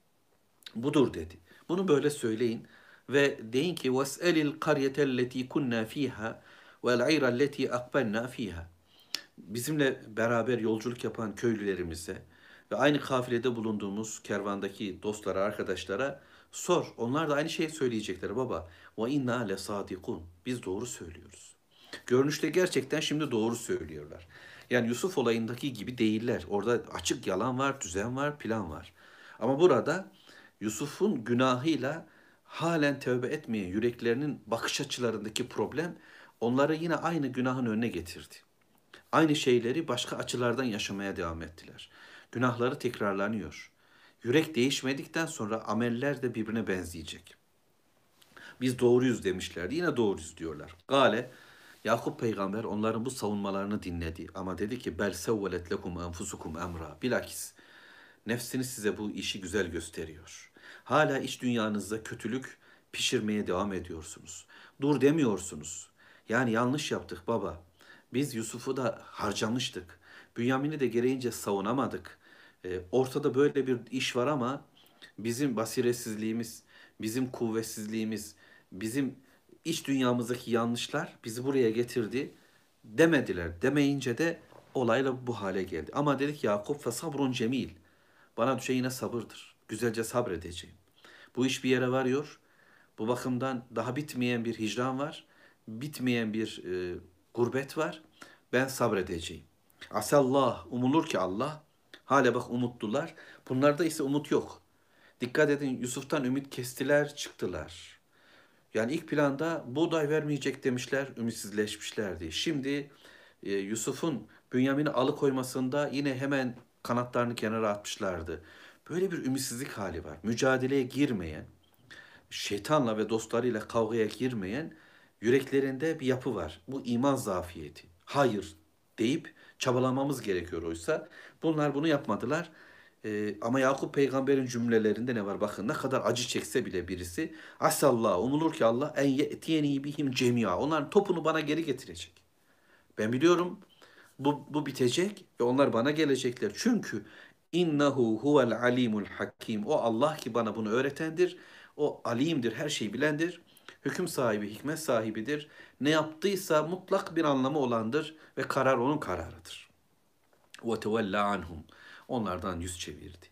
A: Budur dedi. Bunu böyle söyleyin ve deyin ki وَاسْأَلِ الْقَرْيَةَ الَّتِي كُنَّا ف۪يهَا وَالْعِيرَ الَّتِي أَقْبَلْنَا ف۪يهَا. Bizimle beraber yolculuk yapan köylülerimize ve aynı kafilede bulunduğumuz kervandaki dostlara, arkadaşlara sor. Onlar da aynı şeyi söyleyecekler baba. Ve inna le sadikun. Biz doğru söylüyoruz. Görünüşte gerçekten şimdi doğru söylüyorlar. Yani Yusuf olayındaki gibi değiller. Orada açık yalan var, düzen var, plan var. Ama burada Yusuf'un günahıyla halen tövbe etmeyen yüreklerinin bakış açılarındaki problem onları yine aynı günahın önüne getirdi. Aynı şeyleri başka açılardan yaşamaya devam ettiler. Günahları tekrarlanıyor. Yürek değişmedikten sonra ameller de birbirine benzeyecek. Biz doğruyuz demişlerdi. Yine doğruyuz diyorlar. Gale Yakup peygamber onların bu savunmalarını dinledi. Ama dedi ki bel sevvelet lekum enfusukum emra. Bilakis nefsiniz size bu işi güzel gösteriyor. Hala iç dünyanızda kötülük pişirmeye devam ediyorsunuz. Dur demiyorsunuz. Yani yanlış yaptık baba. Biz Yusuf'u da harcamıştık. Bünyamin'i de gereğince savunamadık. Ortada böyle bir iş var ama bizim basiretsizliğimiz, bizim kuvvetsizliğimiz, bizim iç dünyamızdaki yanlışlar bizi buraya getirdi demediler. Demeyince de olayla bu hale geldi. Ama dedik Yakup fe sabrun cemil. Bana düşen yine sabırdır. Güzelce sabredeceğim. Bu iş bir yere varıyor. Bu bakımdan daha bitmeyen bir hicran var. Bitmeyen bir gurbet var. Ben sabredeceğim. Asallah, umulur ki Allah. Hala bak umutlular. Bunlarda ise umut yok. Dikkat edin Yusuf'tan ümit kestiler, çıktılar. Yani ilk planda buğday vermeyecek demişler, ümitsizleşmişlerdi. Şimdi Yusuf'un Bünyamin'i alıkoymasında yine hemen kanatlarını kenara atmışlardı. Böyle bir ümitsizlik hali var. Mücadeleye girmeyen, şeytanla ve dostlarıyla kavgaya girmeyen yüreklerinde bir yapı var. Bu iman zafiyeti. Hayır deyip çabalamamız gerekiyor oysa. Bunlar bunu yapmadılar. Ama Yakup peygamberin cümlelerinde ne var? Bakın ne kadar acı çekse bile birisi. Asallah, umulur ki Allah en ye'tiyeni bihim cemia. Onların topunu bana geri getirecek. Ben biliyorum bu bitecek ve onlar bana gelecekler. Çünkü innehu huvel alimul hakim. O Allah ki bana bunu öğretendir. O alimdir, her şeyi bilendir. Hüküm sahibi, hikmet sahibidir. Ne yaptıysa mutlak bir anlamı olandır ve karar onun kararıdır. Ve tevella anhum. Onlardan yüz çevirdi.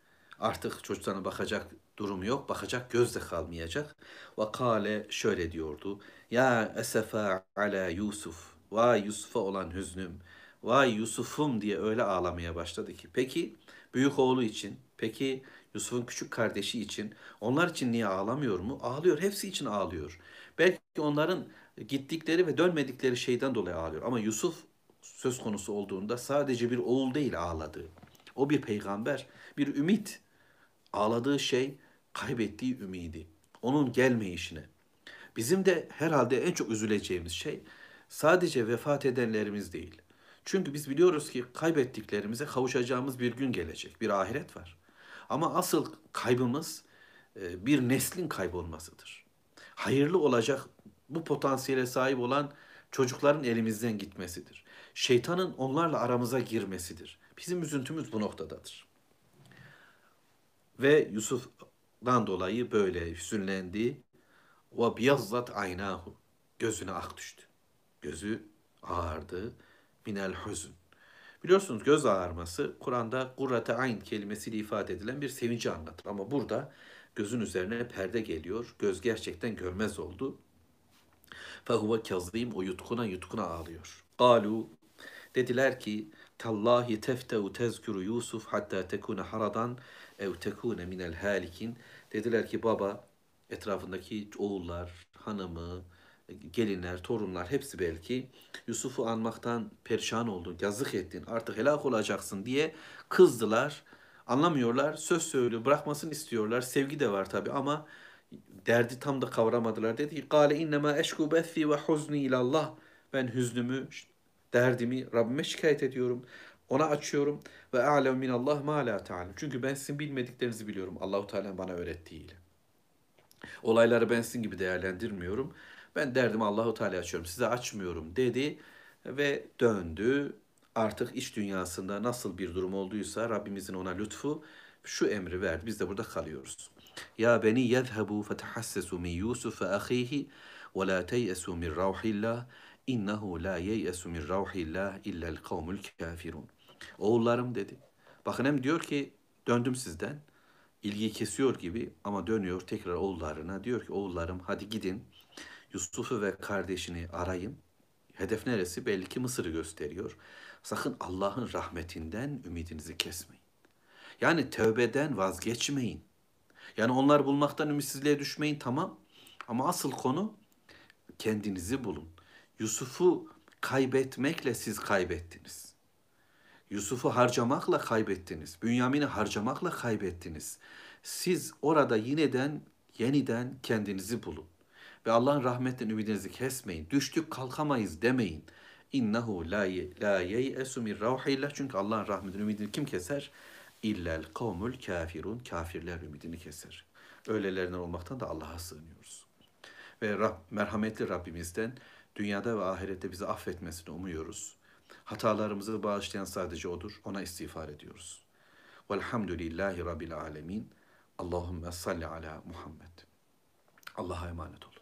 A: Artık çocuklarına bakacak durum yok, bakacak göz de kalmayacak. Ve kâle şöyle diyordu. Ya esefa ala Yusuf. Vay Yusuf'a olan hüznüm. Vay Yusuf'um diye öyle ağlamaya başladı ki. Peki büyük oğlu için, peki Yusuf'un küçük kardeşi için, onlar için niye ağlamıyor mu? Ağlıyor, hepsi için ağlıyor. Belki onların gittikleri ve dönmedikleri şeyden dolayı ağlıyor. Ama Yusuf söz konusu olduğunda sadece bir oğul değil ağladığı. O bir peygamber, bir ümit. Ağladığı şey kaybettiği ümidi. Onun gelmeyişine. Bizim de herhalde en çok üzüleceğimiz şey sadece vefat edenlerimiz değil. Çünkü biz biliyoruz ki kaybettiklerimize kavuşacağımız bir gün gelecek. Bir ahiret var. Ama asıl kaybımız bir neslin kaybolmasıdır. Hayırlı olacak bu potansiyele sahip olan çocukların elimizden gitmesidir. Şeytanın onlarla aramıza girmesidir. Bizim üzüntümüz bu noktadadır. Ve Yusuf'dan dolayı böyle hüzünlendi. Ve biyazzat aynahu. Gözüne ak düştü. Gözü ağardı. Minel hüzün. Biliyorsunuz göz ağarması Kur'an'da kurrate ayn kelimesiyle ifade edilen bir sevinci anlatır. Ama burada gözün üzerine perde geliyor. Göz gerçekten görmez oldu. Fehuve kazîm, o yutkuna yutkuna ağlıyor. Galu, dediler ki tallahi teftehu tezkuru Yusuf hatta tekune haradan ev tekune minel halikin. Dediler ki baba, etrafındaki oğullar, hanımı, gelinler, torunlar hepsi belki Yusuf'u anmaktan perişan oldun, yazık ettin, artık helak olacaksın diye kızdılar. Anlamıyorlar, söz söylüyor, bırakmasını istiyorlar. Sevgi de var tabi ama derdi tam da kavramadılar. Dedi ki, "Kâle innema eşku bethi ve huzni ilallah." Ben hüznümü, derdimi Rabbime şikayet ediyorum. Ona açıyorum ve a'lem minallah ma la ta'lem. Çünkü ben sizin bilmediklerinizi biliyorum. Allahu Teala bana öğrettiğiyle. Olayları ben sizin gibi değerlendirmiyorum. Ben derdimi Allahu Teala açıyorum. Size açmıyorum dedi ve döndü. Artık iç dünyasında nasıl bir durum olduysa Rabbimizin ona lütfu şu emri verdi. Biz de burada kalıyoruz. Ya beni yezhebu fetahassesu min Yusuf ve ahihi ve la teyesu min ravhillah innehu la yeyesu min ravhillah illel kavmul kafirun. Oğullarım dedi. Bakın hem diyor ki döndüm sizden ilgiyi kesiyor gibi ama dönüyor tekrar oğullarına. Diyor ki oğullarım hadi gidin Yusuf'u ve kardeşini arayın. Hedef neresi? Belli ki Mısır'ı gösteriyor. Sakın Allah'ın rahmetinden ümidinizi kesmeyin. Yani tövbeden vazgeçmeyin. Yani onlar bulmaktan ümitsizliğe düşmeyin tamam. Ama asıl konu kendinizi bulun. Yusuf'u kaybetmekle siz kaybettiniz. Yusuf'u harcamakla kaybettiniz. Bünyamin'i harcamakla kaybettiniz. Siz orada yeniden kendinizi bulun. Ve Allah'ın rahmetinden ümidinizi kesmeyin. Düştük kalkamayız demeyin. İnnehu la yeyesu min rauhillah. Çünkü Allah'ın rahmetinden ümidini kim keser? İllel kavmul kafirun. Kafirler ümidini keser. Öylelerinden olmaktan da Allah'a sığınıyoruz. Ve merhametli Rabbimizden dünyada ve ahirette bizi affetmesini umuyoruz. Hatalarımızı bağışlayan sadece O'dur. Ona istiğfar ediyoruz. Velhamdülillahi Rabbil alemin. Allahümme salli ala Muhammed. Allah'a emanet olun.